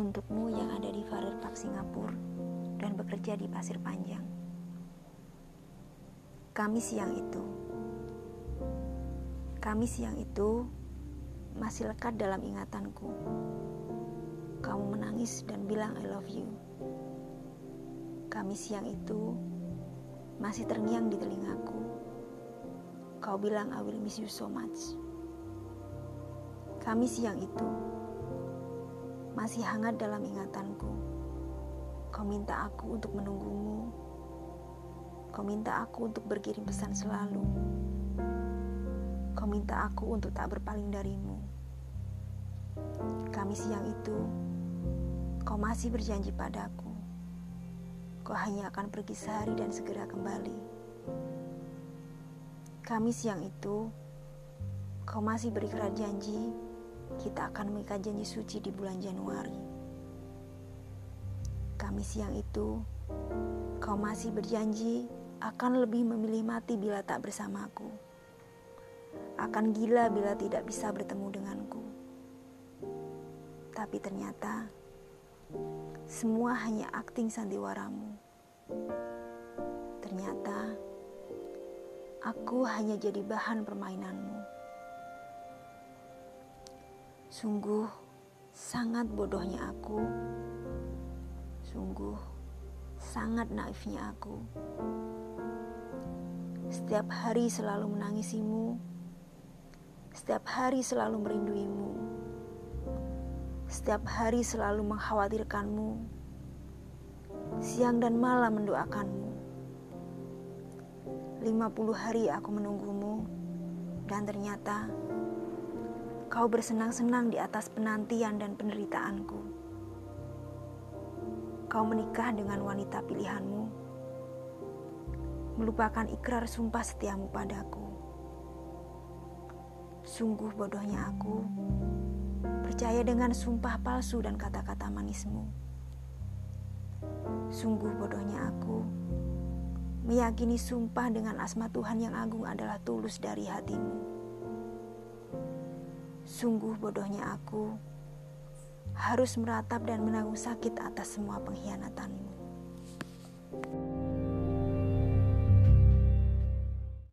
Untukmu yang ada di Farrer Park, Singapura dan bekerja di Pasir Panjang. Kamis siang itu masih lekat dalam ingatanku. Kamu menangis dan bilang I love you. Kamis siang itu masih terngiang di telingaku. Kau bilang I will miss you so much. Kamis siang itu masih hangat dalam ingatanku. Kau minta aku untuk menunggumu. Kau minta aku untuk berkirim pesan selalu. Kau minta aku untuk tak berpaling darimu. Kamis siang itu, kau masih berjanji padaku. Kau hanya akan pergi sehari dan segera kembali. Kamis siang itu, kau masih berikrar janji kita akan mengikat janji suci di bulan Januari. Kamis siang itu, kau masih berjanji akan lebih memilih mati bila tak bersamaku. Akan gila bila tidak bisa bertemu denganku. Tapi ternyata semua hanya akting sandiwaramu. Ternyata aku hanya jadi bahan permainanmu. Sungguh sangat bodohnya aku. Sungguh sangat naifnya aku. Setiap hari selalu menangisimu. Setiap hari selalu merinduimu. Setiap hari selalu mengkhawatirkanmu. Siang dan malam mendoakanmu. 50 hari aku menunggumu. Dan ternyata kau bersenang-senang di atas penantian dan penderitaanku. Kau menikah dengan wanita pilihanmu, melupakan ikrar sumpah setiamu padaku. Sungguh bodohnya aku, percaya dengan sumpah palsu dan kata-kata manismu. Sungguh bodohnya aku, meyakini sumpah dengan asma Tuhan yang agung adalah tulus dari hatimu. Sungguh bodohnya aku, harus meratap dan menanggung sakit atas semua pengkhianatanmu.